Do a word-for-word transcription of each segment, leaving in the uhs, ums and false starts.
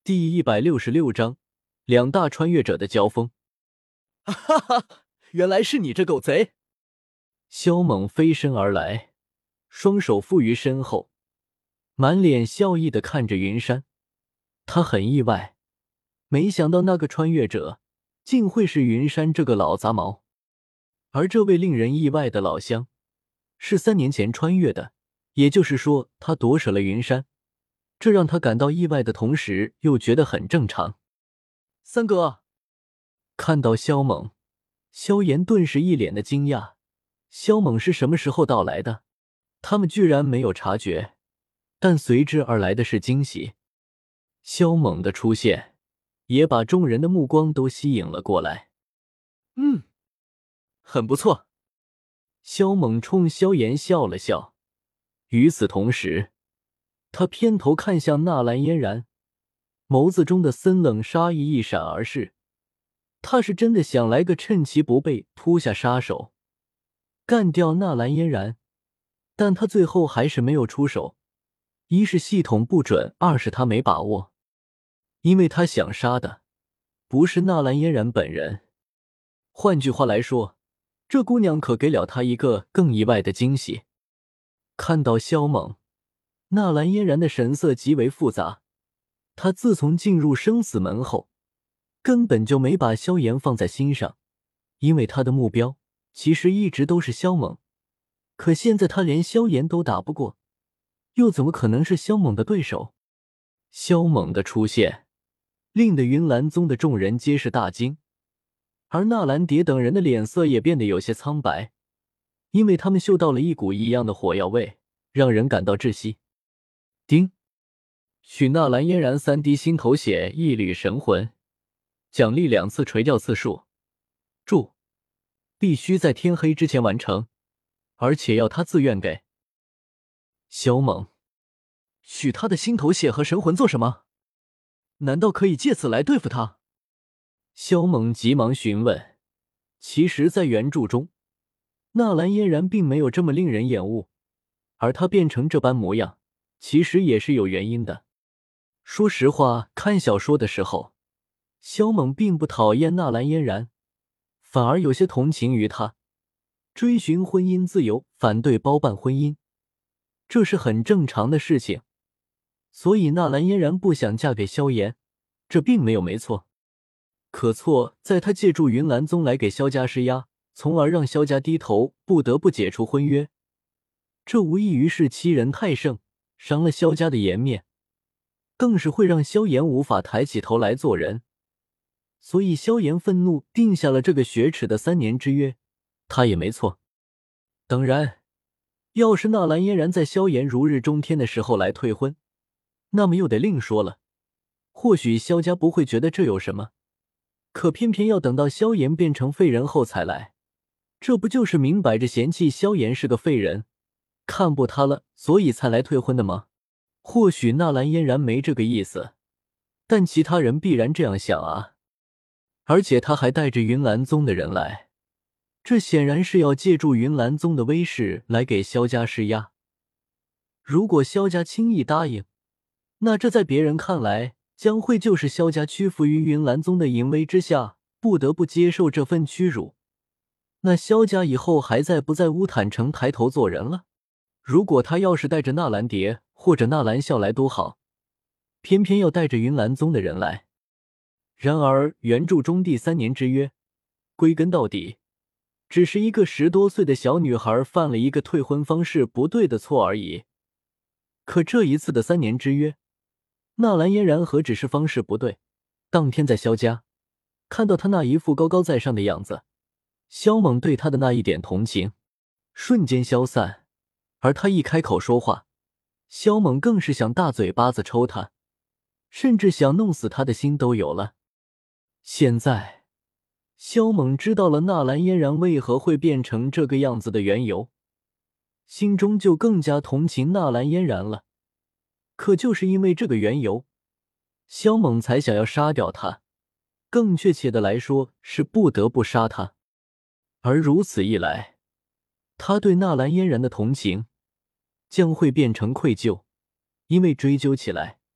第一百六十六章，两大穿越者的交锋。 哈哈，原来是你这狗贼！ 萧猛飞身而来，双手负于身后，满脸笑意地看着云山。他很意外，没想到那个穿越者竟会是云山这个老杂毛。而这位令人意外的老乡，是三年前穿越的，也就是说，他夺舍了云山。这让他感到意外的同时，又觉得很正常。 三哥， 看到萧猛，萧炎顿时一脸的惊讶。萧猛是什么时候到来的？他们居然没有察觉，但随之而来的是惊喜。萧猛的出现，也把众人的目光都吸引了过来。 嗯，很不错。 萧猛冲萧炎笑了笑，与此同时，他偏头看向纳兰嫣然，眸子中的森冷杀意一闪而逝。他是真的想来个趁其不备扑下杀手，干掉纳兰嫣然，但他最后还是没有出手。一是系统不准，二是他没把握，因为他想杀的不是纳兰嫣然本人。换句话来说，这姑娘可给了他一个更意外的惊喜。看到萧猛，纳兰嫣然的神色极为复杂。她自从进入生死门后，根本就没把萧炎放在心上，因为她的目标其实一直都是萧猛。可现在她连萧炎都打不过，又怎么可能是萧猛的对手？萧猛的出现，令得云岚宗的众人皆是大惊，而纳兰蝶等人的脸色也变得有些苍白，因为他们嗅到了一股异样的火药味，让人感到窒息。丁，许纳兰嫣然三滴心头血，一缕神魂，奖励两次垂钓次数。注：必须在天黑之前完成，而且要他自愿给。萧猛， 许他的心头血和神魂做什么？难道可以借此来对付他？ 萧猛急忙询问。其实在原著中，纳兰嫣然并没有这么令人厌恶，而她变成这般模样，其实也是有原因的。说实话，看小说的时候，萧猛并不讨厌纳兰嫣然，反而有些同情于她，追寻婚姻自由，反对包办婚姻，这是很正常的事情。所以纳兰嫣然不想嫁给萧炎，这并没有没错。可错在他借助云岚宗来给萧家施压，从而让萧家低头，不得不解除婚约。这无异于是欺人太甚，伤了萧家的颜面，更是会让萧炎无法抬起头来做人。所以萧炎愤怒，定下了这个雪耻的三年之约，他也没错。当然，要是纳兰嫣然在萧炎如日中天的时候来退婚，那么又得另说了。或许萧家不会觉得这有什么，可偏偏要等到萧炎变成废人后才来，这不就是明摆着嫌弃萧炎是个废人，看不他了，所以才来退婚的吗？或许纳兰嫣然没这个意思，但其他人必然这样想啊。而且他还带着云岚宗的人来，这显然是要借助云岚宗的威势来给萧家施压。如果萧家轻易答应，那这在别人看来将会就是萧家屈服于云岚宗的淫威之下，不得不接受这份屈辱。那萧家以后还在不在乌坦城抬头做人了？如果他要是带着纳兰蝶或者纳兰笑来多好，偏偏要带着云岚宗的人来。然而原著中第三年之约，归根到底只是一个十多岁的小女孩犯了一个退婚方式不对的错而已。可这一次的三年之约，纳兰嫣然何止是方式不对，当天在萧家看到她那一副高高在上的样子，萧猛对她的那一点同情瞬间消散。而他一开口说话，萧猛更是想大嘴巴子抽他，甚至想弄死他的心都有了。现在萧猛知道了纳兰嫣然为何会变成这个样子的缘由，心中就更加同情纳兰嫣然了。可就是因为这个缘由，萧猛才想要杀掉他，更确切的来说是不得不杀他。而如此一来，他对纳兰嫣然的同情将会变成愧疚，因为追究起来，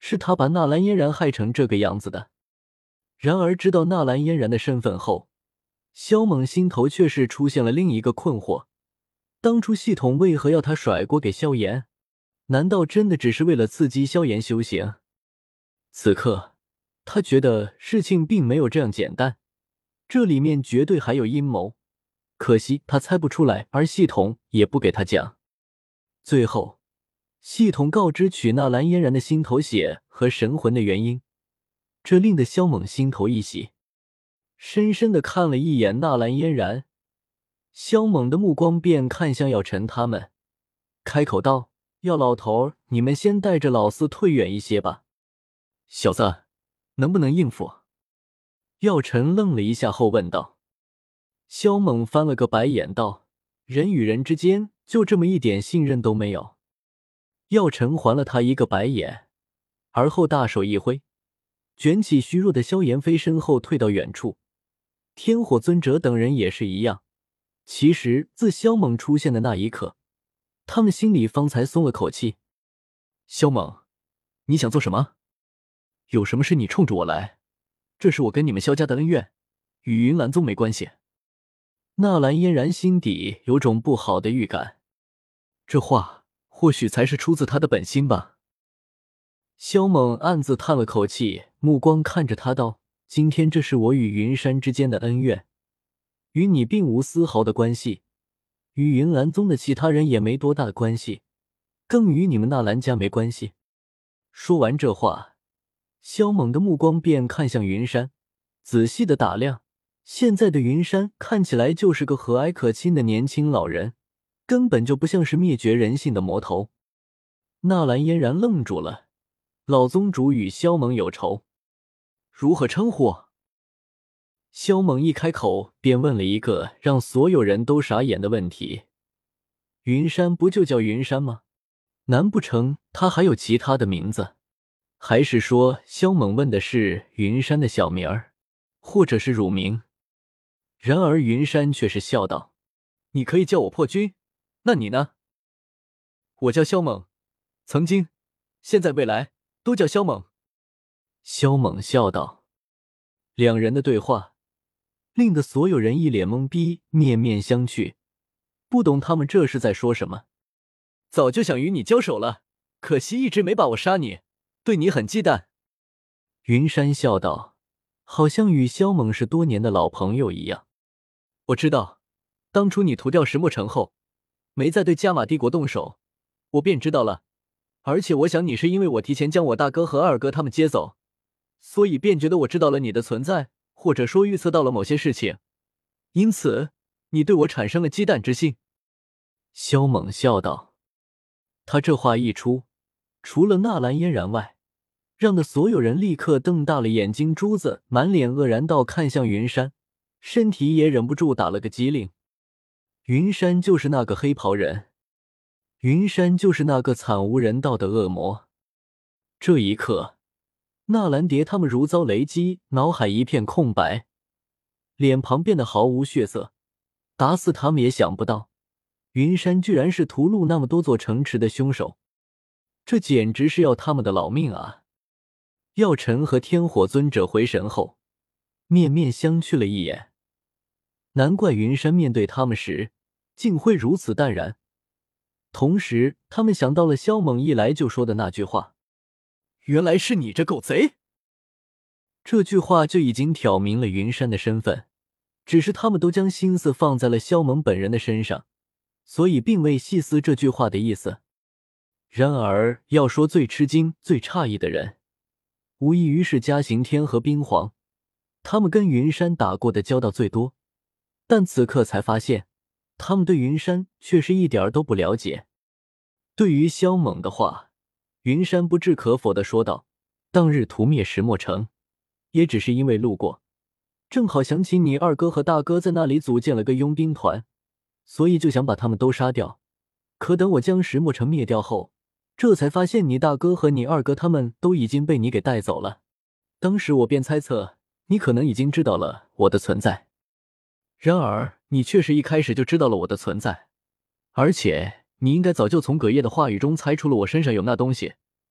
是他把纳兰嫣然害成这个样子的。然而知道纳兰嫣然的身份后，萧猛心头却是出现了另一个困惑，当初系统为何要他甩锅给萧炎？难道真的只是为了刺激萧炎修行？此刻他觉得事情并没有这样简单，这里面绝对还有阴谋，可惜他猜不出来，而系统也不给他讲。最后系统告知取纳兰嫣然的心头血和神魂的原因，这令得萧猛心头一喜，深深地看了一眼纳兰嫣然，萧猛的目光便看向药尘他们，开口道：药老头，你们先带着老四退远一些吧。 小子，能不能应付？ 药尘愣了一下后问道。萧猛翻了个白眼道：人与人之间就这么一点信任都没有。药尘还了他一个白眼，而后大手一挥，卷起虚弱的萧炎飞身后退到远处。天火尊者等人也是一样，其实自萧猛出现的那一刻，他们心里方才松了口气。 萧猛，你想做什么？有什么事你冲着我来，这是我跟你们萧家的恩怨，与云岚宗没关系。 纳兰嫣然心底有种不好的预感， 这话或许才是出自他的本心吧。 萧猛暗自叹了口气，目光看着他道：今天这是我与云山之间的恩怨，与你并无丝毫的关系，与云岚宗的其他人也没多大的关系，更与你们纳兰家没关系。说完这话，萧猛的目光便看向云山，仔细的打量。现在的云山看起来就是个和蔼可亲的年轻老人，根本就不像是灭绝人性的魔头。纳兰嫣然愣住了，老宗主与萧猛有仇， 如何称呼？ 萧猛一开口便问了一个让所有人都傻眼的问题：云山不就叫云山吗？难不成他还有其他的名字？还是说萧猛问的是云山的小名儿，或者是乳名？然而云山却是笑道： 你可以叫我破军，那你呢？我叫萧猛，曾经、现在、未来都叫萧猛。 萧猛笑道。两人的对话令得所有人一脸懵逼，面面相觑，不懂他们这是在说什么。 早就想与你交手了，可惜一直没把我杀你，对你很忌惮。 云山笑道，好像与萧猛是多年的老朋友一样。 我知道，当初你屠掉石墨城后，没再对加玛帝国动手，我便知道了。而且我想你是因为我提前将我大哥和二哥他们接走，所以便觉得我知道了你的存在，或者说预测到了某些事情，因此你对我产生了忌惮之心。 萧猛笑道。他这话一出，除了纳兰嫣然外，让的所有人立刻瞪大了眼睛珠子，满脸愕然道看向云山，身体也忍不住打了个激灵。云山就是那个黑袍人，云山就是那个惨无人道的恶魔。这一刻，纳兰蝶他们如遭雷击，脑海一片空白，脸庞变得毫无血色，打死他们也想不到云山居然是屠戮那么多座城池的凶手，这简直是要他们的老命啊！药尘和天火尊者回神后，面面相觑了一眼，难怪云山面对他们时竟会如此淡然。同时，他们想到了萧猛一来就说的那句话： 原来是你这狗贼！ 这句话就已经挑明了云山的身份，只是他们都将心思放在了萧猛本人的身上，所以并未细思这句话的意思。然而要说最吃惊最诧异的人，无异于是嘉刑天和冰皇，他们跟云山打过的交道最多，但此刻才发现他们对云山却是一点都不了解。对于萧猛的话，云山不置可否地说道，当日屠灭石墨城也只是因为路过，正好想起你二哥和大哥在那里组建了个佣兵团，所以就想把他们都杀掉。可等我将石墨城灭掉后，这才发现你大哥和你二哥他们都已经被你给带走了。当时我便猜测你可能已经知道了我的存在，然而你确实一开始就知道了我的存在，而且你应该早就从葛叶的话语中猜出了我身上有那东西。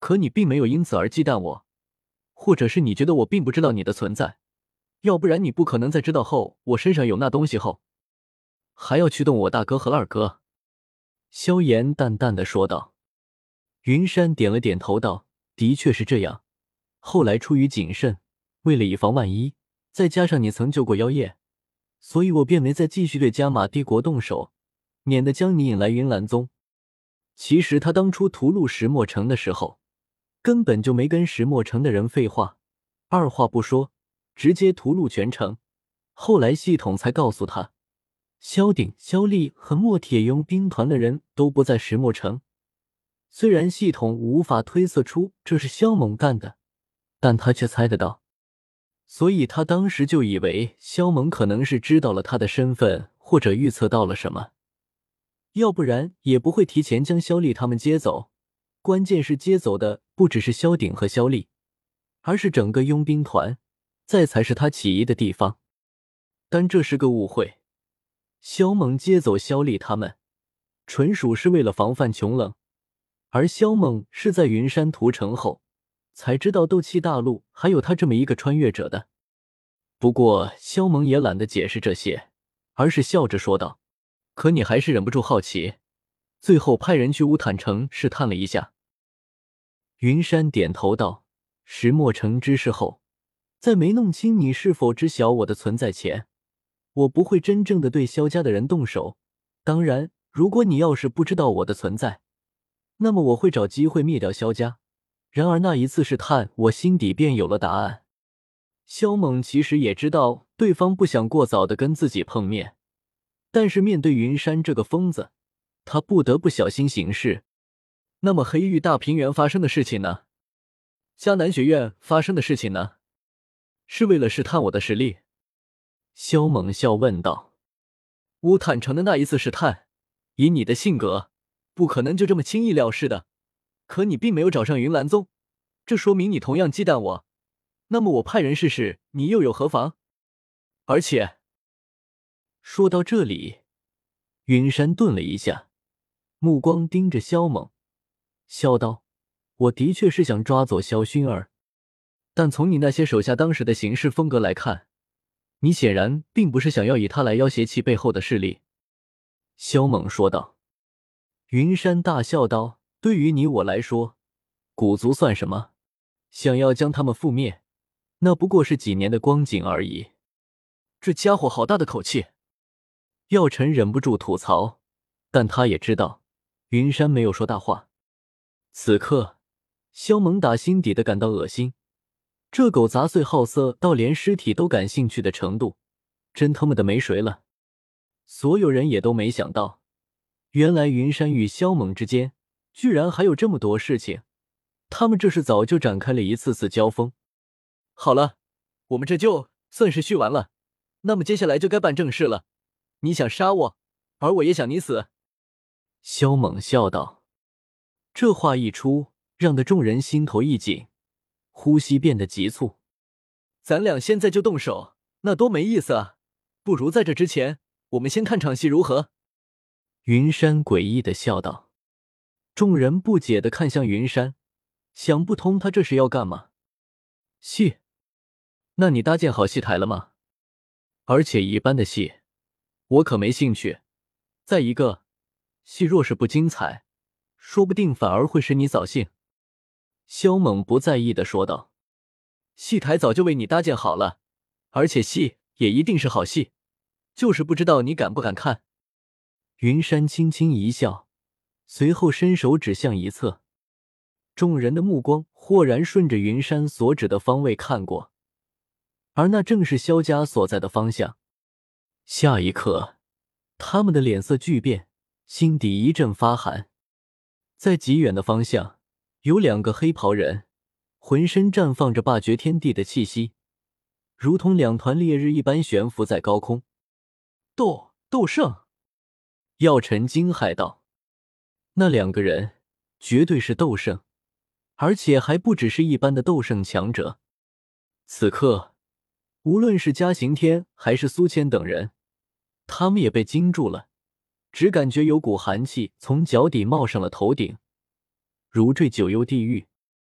可你并没有因此而忌惮我，或者是你觉得我并不知道你的存在，要不然你不可能在知道后我身上有那东西后，还要驱动我大哥和二哥。 萧炎淡淡的说道。云山点了点头道，的确是这样，后来出于谨慎，为了以防万一，再加上你曾救过妖夜，所以我便没再继续对加玛帝国动手，免得将你引来云岚宗。其实他当初屠戮石墨城的时候，根本就没跟石墨城的人废话，二话不说，直接屠戮全城。后来系统才告诉他，萧鼎、萧厉和墨铁佣兵团的人都不在石墨城。虽然系统无法推测出这是萧猛干的，但他却猜得到，所以他当时就以为萧猛可能是知道了他的身份，或者预测到了什么，要不然也不会提前将萧厉他们接走。关键是接走的不只是萧鼎和萧厉，而是整个佣兵团，再才是他起疑的地方。但这是个误会，萧猛接走萧厉他们，纯属是为了防范穷冷，而萧猛是在云山屠城后才知道斗气大陆还有他这么一个穿越者的。不过萧猛也懒得解释这些，而是笑着说道，可你还是忍不住好奇，最后派人去乌坦城试探了一下。云山点头道，石墨城之事后，在没弄清你是否知晓我的存在前，我不会真正的对萧家的人动手。当然，如果你要是不知道我的存在，那么我会找机会灭掉萧家。然而那一次试探，我心底便有了答案。萧猛其实也知道对方不想过早的跟自己碰面，但是面对云山这个疯子，他不得不小心行事。 那么黑域大平原发生的事情呢？迦南学院发生的事情呢？是为了试探我的实力？ 萧猛笑问道。 乌坦城的那一次试探，以你的性格，不可能就这么轻易了事的。可你并没有找上云岚宗，这说明你同样忌惮我。那么我派人试试，你又有何妨？而且， 说到这里，云山顿了一下，目光盯着萧猛，笑道：“我的确是想抓走萧薰儿，但从你那些手下当时的行事风格来看，你显然并不是想要以他来要挟其背后的势力。”萧猛说道。云山大笑道：“对于你我来说，古族算什么？想要将他们覆灭，那不过是几年的光景而已。” 这家伙好大的口气！ 药尘忍不住吐槽，但他也知道云山没有说大话。此刻，萧猛打心底的感到恶心，这狗杂碎好色到连尸体都感兴趣的程度，真他妈的没谁了。所有人也都没想到，原来云山与萧猛之间居然还有这么多事情，他们这是早就展开了一次次交锋。 好了，我们这就算是续完了，那么接下来就该办正事了。你想杀我，而我也想你死。 萧猛笑道。这话一出，让得众人心头一紧，呼吸变得急促。 咱俩现在就动手，那多没意思啊！不如在这之前，我们先看场戏如何？ 云山诡异的笑道。众人不解的看向云山，想不通他这是要干嘛。戏？那你搭建好戏台了吗？而且一般的戏，我可没兴趣。再一个，戏若是不精彩，说不定反而会使你扫兴。萧猛不在意的说道。 戏台早就为你搭建好了，而且戏也一定是好戏，就是不知道你敢不敢看。 云山轻轻一笑，随后伸手指向一侧，众人的目光豁然顺着云山所指的方位看过，而那正是萧家所在的方向。下一刻，他们的脸色巨变，心底一阵发寒。在极远的方向，有两个黑袍人，浑身绽放着霸绝天地的气息，如同两团烈日一般悬浮在高空。 斗斗圣！ 药尘惊骇道。那两个人绝对是斗圣，而且还不只是一般的斗圣强者。此刻，无论是嘉刑天还是苏谦等人，他们也被惊住了，只感觉有股寒气从脚底冒上了头顶，如坠九幽地狱。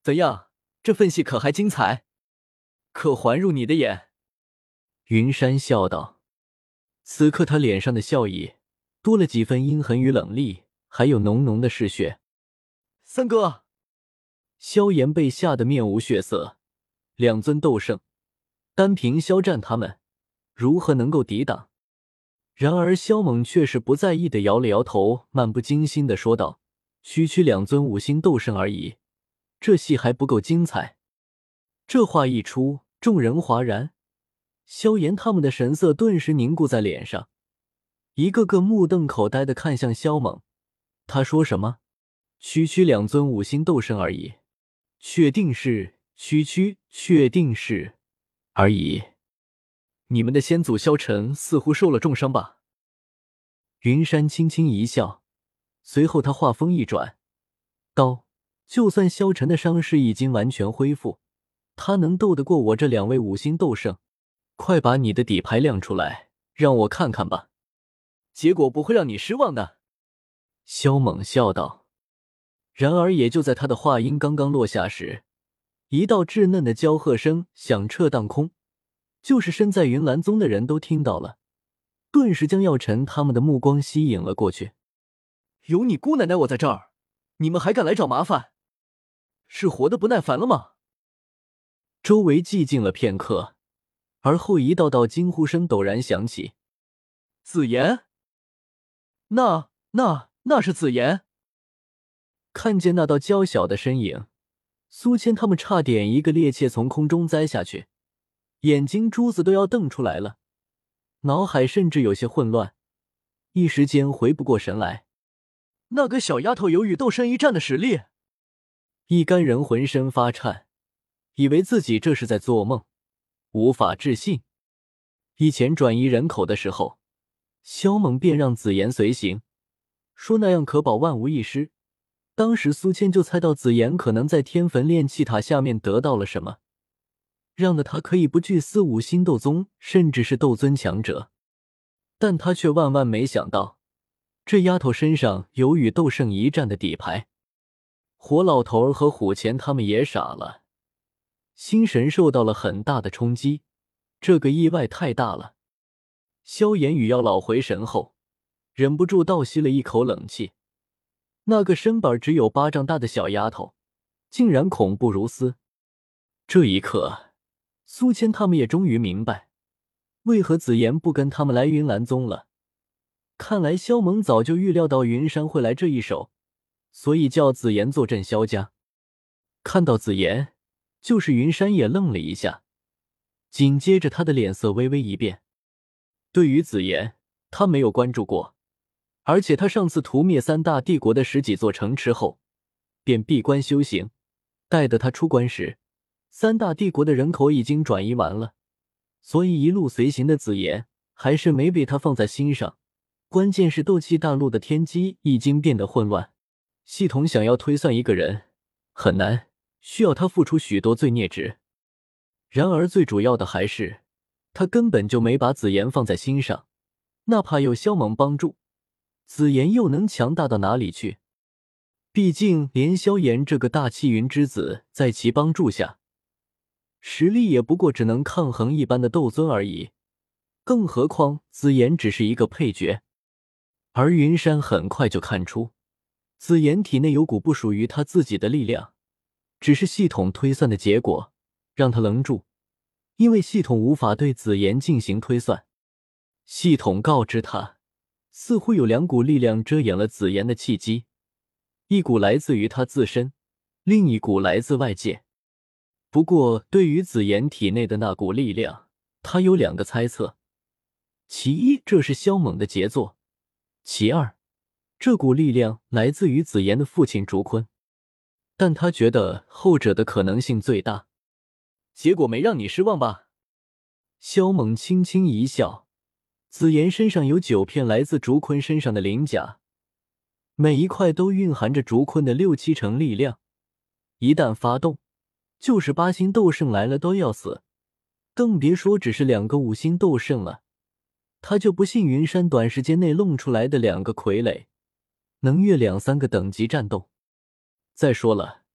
怎样，这份戏可还精彩？可还入你的眼？ 云山笑道。此刻他脸上的笑意多了几分阴狠与冷厉，还有浓浓的嗜血。 三哥， 萧炎被吓得面无血色，两尊斗圣，单凭肖战他们如何能够抵挡？然而萧猛却是不在意的摇了摇头，漫不经心的说道：区区两尊五星斗圣而已，这戏还不够精彩。这话一出，众人哗然，萧炎他们的神色顿时凝固在脸上，一个个目瞪口呆的看向萧猛。他说什么？区区两尊五星斗圣而已？确定是区区确定是而已？ 你们的先祖萧晨似乎受了重伤吧？ 云山轻轻一笑，随后他话锋一转，道：就算萧晨的伤势已经完全恢复，他能斗得过我这两位五星斗圣？快把你的底牌亮出来，让我看看吧。 结果不会让你失望的。 萧猛笑道。然而也就在他的话音刚刚落下时，一道稚嫩的娇喝声响彻当空，就是身在云岚宗的人都听到了，顿时将药尘他们的目光吸引了过去。 有你姑奶奶我在这儿，你们还敢来找麻烦？是活得不耐烦了吗？ 周围寂静了片刻，而后一道道惊呼声陡然响起。 紫妍？那那那是紫妍？ 看见那道娇小的身影，苏谦他们差点一个趔趄从空中栽下去，眼睛珠子都要瞪出来了，脑海甚至有些混乱，一时间回不过神来。 那个小丫头有与斗圣一战的实力？ 一干人浑身发颤，以为自己这是在做梦，无法置信。以前转移人口的时候，萧猛便让紫妍随行，说那样可保万无一失。当时苏谦就猜到紫妍可能在天坟炼气塔下面得到了什么，让得他可以不惧四五星斗宗甚至是斗尊强者。但他却万万没想到，这丫头身上有与斗圣一战的底牌。火老头儿和虎钳他们也傻了，心神受到了很大的冲击，这个意外太大了。萧炎与药老回神后，忍不住倒吸了一口冷气。那个身板只有巴掌大的小丫头，竟然恐怖如斯。这一刻，苏谦他们也终于明白，为何紫妍不跟他们来云岚宗了。看来萧猛早就预料到云山会来这一手，所以叫紫妍坐镇萧家。看到紫妍，就是云山也愣了一下，紧接着他的脸色微微一变。对于紫妍，他没有关注过，而且他上次屠灭三大帝国的十几座城池后，便闭关修行，待得他出关时，三大帝国的人口已经转移完了，所以一路随行的紫妍还是没被他放在心上。关键是斗气大陆的天机已经变得混乱，系统想要推算一个人很难，需要他付出许多罪孽值。然而最主要的还是他根本就没把紫妍放在心上，哪怕有萧猛帮助，紫妍又能强大到哪里去？毕竟连萧炎这个大气云之子在其帮助下，实力也不过只能抗衡一般的斗尊而已，更何况紫妍只是一个配角。而云山很快就看出，紫妍体内有股不属于他自己的力量，只是系统推算的结果让他愣住，因为系统无法对紫妍进行推算。系统告知他，似乎有两股力量遮掩了紫妍的契机，一股来自于他自身，另一股来自外界。不过对于紫妍体内的那股力量，他有两个猜测：其一，这是萧猛的杰作；其二，这股力量来自于紫妍的父亲竹坤。但他觉得后者的可能性最大。 结果没让你失望吧？ 萧猛轻轻一笑，紫妍身上有九片来自竹坤身上的鳞甲，每一块都蕴含着竹坤的六七成力量，一旦发动，就是八星斗圣来了都要死，更别说只是两个五星斗圣了。他就不信云山短时间内弄出来的两个傀儡能越两三个等级战斗。再说了，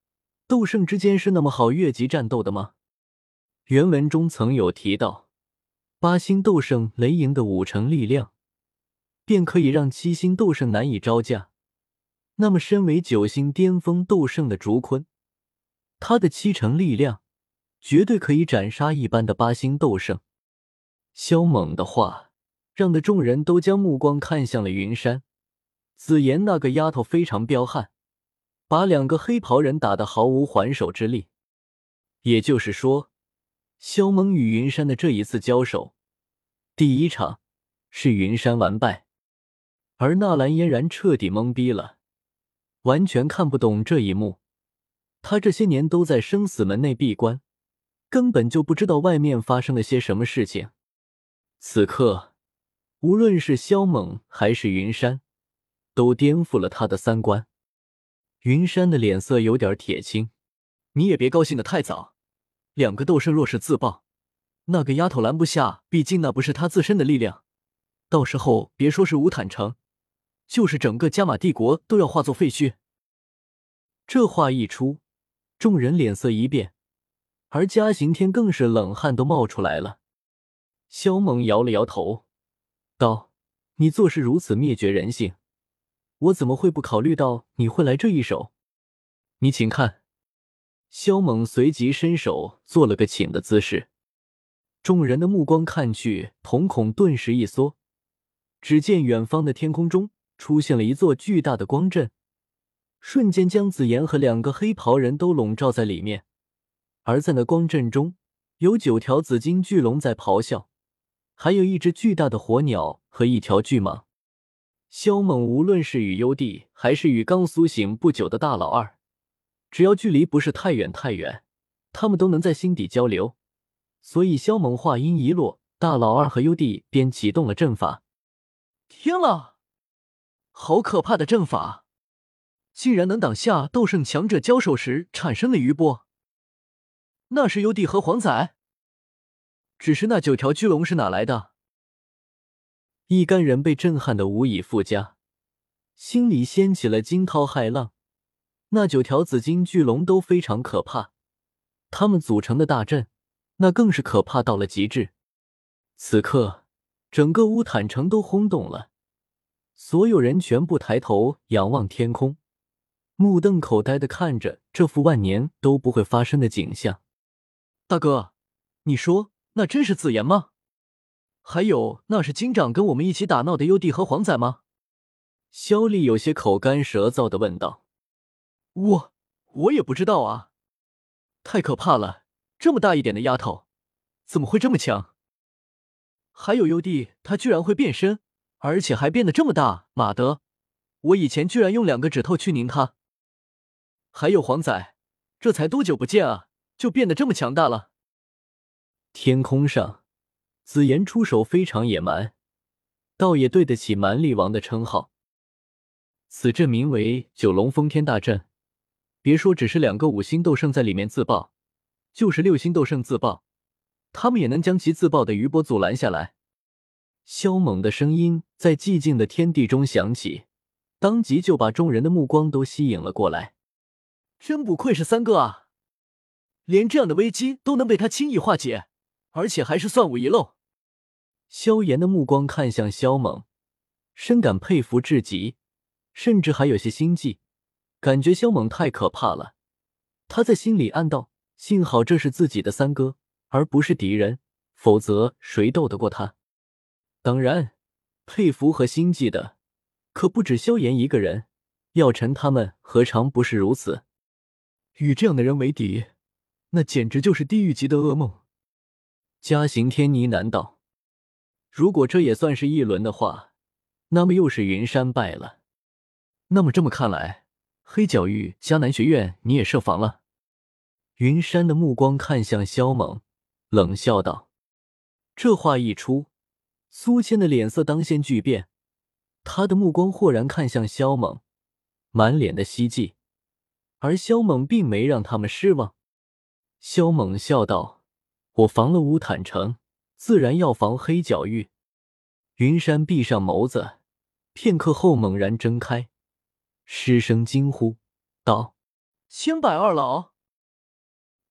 斗圣之间是那么好越级战斗的吗？原文中曾有提到，八星斗圣雷莹的五成力量，便可以让七星斗圣难以招架。那么身为九星巅峰斗圣的竹坤，他的七成力量绝对可以斩杀一般的八星斗圣。萧猛的话让的众人都将目光看向了云山。紫妍那个丫头非常彪悍，把两个黑袍人打得毫无还手之力。也就是说，萧猛与云山的这一次交手，第一场是云山完败，而纳兰嫣然彻底懵逼了，完全看不懂这一幕。他这些年都在生死门内闭关，根本就不知道外面发生了些什么事情。此刻，无论是萧猛还是云山，都颠覆了他的三观。云山的脸色有点铁青， 你也别高兴得太早，两个斗圣若是自爆，那个丫头拦不下，毕竟那不是她自身的力量，到时候别说是乌坦城，就是整个加玛帝国都要化作废墟。 这话一出，众人脸色一变，而嘉刑天更是冷汗都冒出来了。萧猛摇了摇头，道：你做事如此灭绝人性，我怎么会不考虑到你会来这一手？你请看。萧猛随即伸手做了个请的姿势，众人的目光看去，瞳孔顿时一缩，只见远方的天空中出现了一座巨大的光阵，瞬间将紫妍和两个黑袍人都笼罩在里面。而在那光阵中，有九条紫金巨龙在咆哮，还有一只巨大的火鸟和一条巨蟒。萧猛无论是与幽帝还是与刚苏醒不久的大老二，只要距离不是太远太远，他们都能在心底交流。所以萧猛话音一落，大老二和幽帝便启动了阵法。 天啊，好可怕的阵法，竟然能挡下斗圣强者交手时产生的余波。那是幽帝和黄仔？只是那九条巨龙是哪来的？ 一干人被震撼得无以复加，心里掀起了惊涛骇浪。那九条紫金巨龙都非常可怕，他们组成的大阵，那更是可怕到了极致。此刻，整个乌坦城都轰动了，所有人全部抬头仰望天空，目瞪口呆地看着这幅万年都不会发生的景象。 大哥，你说那真是紫妍吗？还有，那是金长跟我们一起打闹的幽帝和黄仔吗？ 萧丽有些口干舌燥地问道。 我我也不知道啊，太可怕了，这么大一点的丫头，怎么会这么强？还有幽帝，他居然会变身，而且还变得这么大，马德，我以前居然用两个指头去拧他。还有黄仔，这才多久不见啊，就变得这么强大了。 天空上，紫妍出手非常野蛮，倒也对得起蛮力王的称号。此阵名为九龙封天大阵，别说只是两个五星斗圣在里面自爆，就是六星斗圣自爆，他们也能将其自爆的余波阻拦下来。萧猛的声音在寂静的天地中响起，当即就把众人的目光都吸引了过来。 真不愧是三哥啊，连这样的危机都能被他轻易化解，而且还是算无遗漏。 萧炎的目光看向萧猛，深感佩服至极，甚至还有些心悸，感觉萧猛太可怕了。他在心里暗道，幸好这是自己的三哥，而不是敌人，否则谁斗得过他？当然，佩服和心悸的可不止萧炎一个人，药尘他们何尝不是如此？ 与这样的人为敌，那简直就是地狱级的噩梦。 嘉刑天呢喃道：如果这也算是一轮的话，那么又是云山败了。 那么这么看来，黑角域迦南学院你也设防了？ 云山的目光看向萧猛，冷笑道。这话一出，苏谦的脸色当先巨变，他的目光豁然看向萧猛，满脸的希冀。而萧猛并没让他们失望。萧猛笑道：我防了乌坦城，自然要防黑角域。云山闭上眸子，片刻后猛然睁开，失声惊呼道： 千百二老！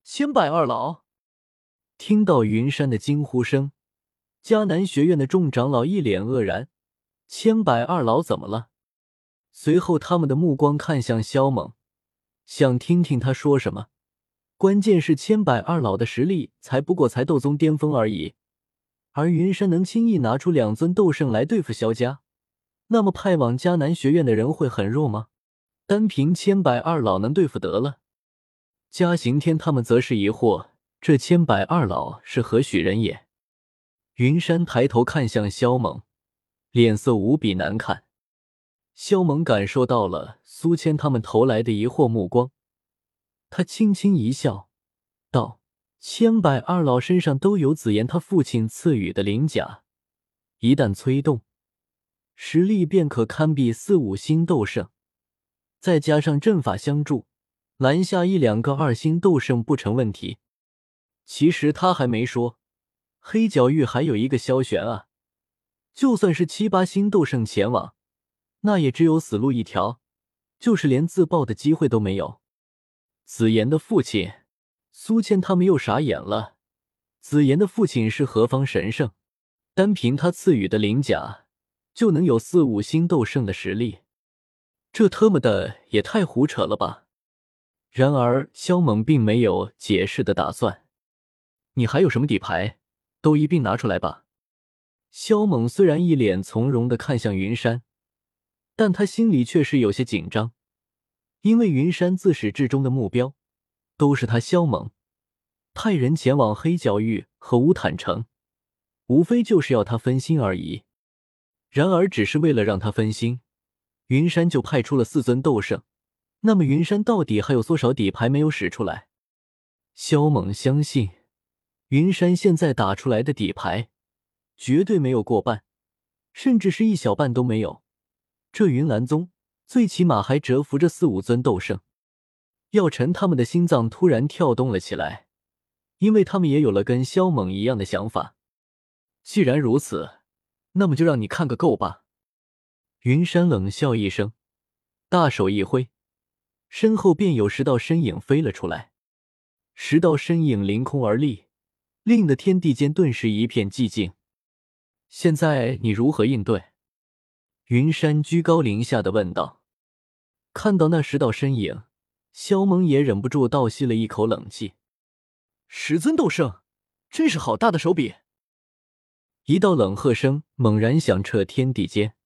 千百二老。 听到云山的惊呼声，迦南学院的众长老一脸愕然，千百二老怎么了？随后他们的目光看向萧猛，想听听他说什么。关键是千百二老的实力才不过才斗宗巅峰而已，而云山能轻易拿出两尊斗圣来对付萧家，那么派往迦南学院的人会很弱吗？单凭千百二老能对付得了？嘉刑天他们则是疑惑，这千百二老是何许人也？云山抬头看向萧猛，脸色无比难看。萧猛感受到了苏谦他们投来的疑惑目光，他轻轻一笑，道：千百二老身上都有紫妍他父亲赐予的灵甲，一旦催动，实力便可堪比四五星斗圣，再加上阵法相助，拦下一两个二星斗圣不成问题。其实他还没说，黑角域还有一个萧玄啊，就算是七八星斗圣前往，那也只有死路一条，就是连自爆的机会都没有。紫妍的父亲，苏倩他们又傻眼了。紫妍的父亲是何方神圣？单凭他赐予的灵甲，就能有四五星斗圣的实力？这特么的也太胡扯了吧！然而萧猛并没有解释的打算。你还有什么底牌，都一并拿出来吧。萧猛虽然一脸从容地看向云山，但他心里却是有些紧张，因为云山自始至终的目标都是他萧猛派人前往黑角域和乌坦城，无非就是要他分心而已。然而只是为了让他分心，云山就派出了四尊斗圣，那么云山到底还有多少底牌没有使出来？萧猛相信云山现在打出来的底牌绝对没有过半，甚至是一小半都没有。这云岚宗最起码还蛰伏着四五尊斗圣。药尘他们的心脏突然跳动了起来，因为他们也有了跟萧猛一样的想法。既然如此，那么就让你看个够吧。云山冷笑一声，大手一挥，身后便有十道身影飞了出来。十道身影凌空而立，令得天地间顿时一片寂静。现在你如何应对？云山居高临下地问道。看到那十道身影，萧猛也忍不住倒吸了一口冷气。 十尊斗圣，真是好大的手笔！ 一道冷喝声猛然响彻天地间。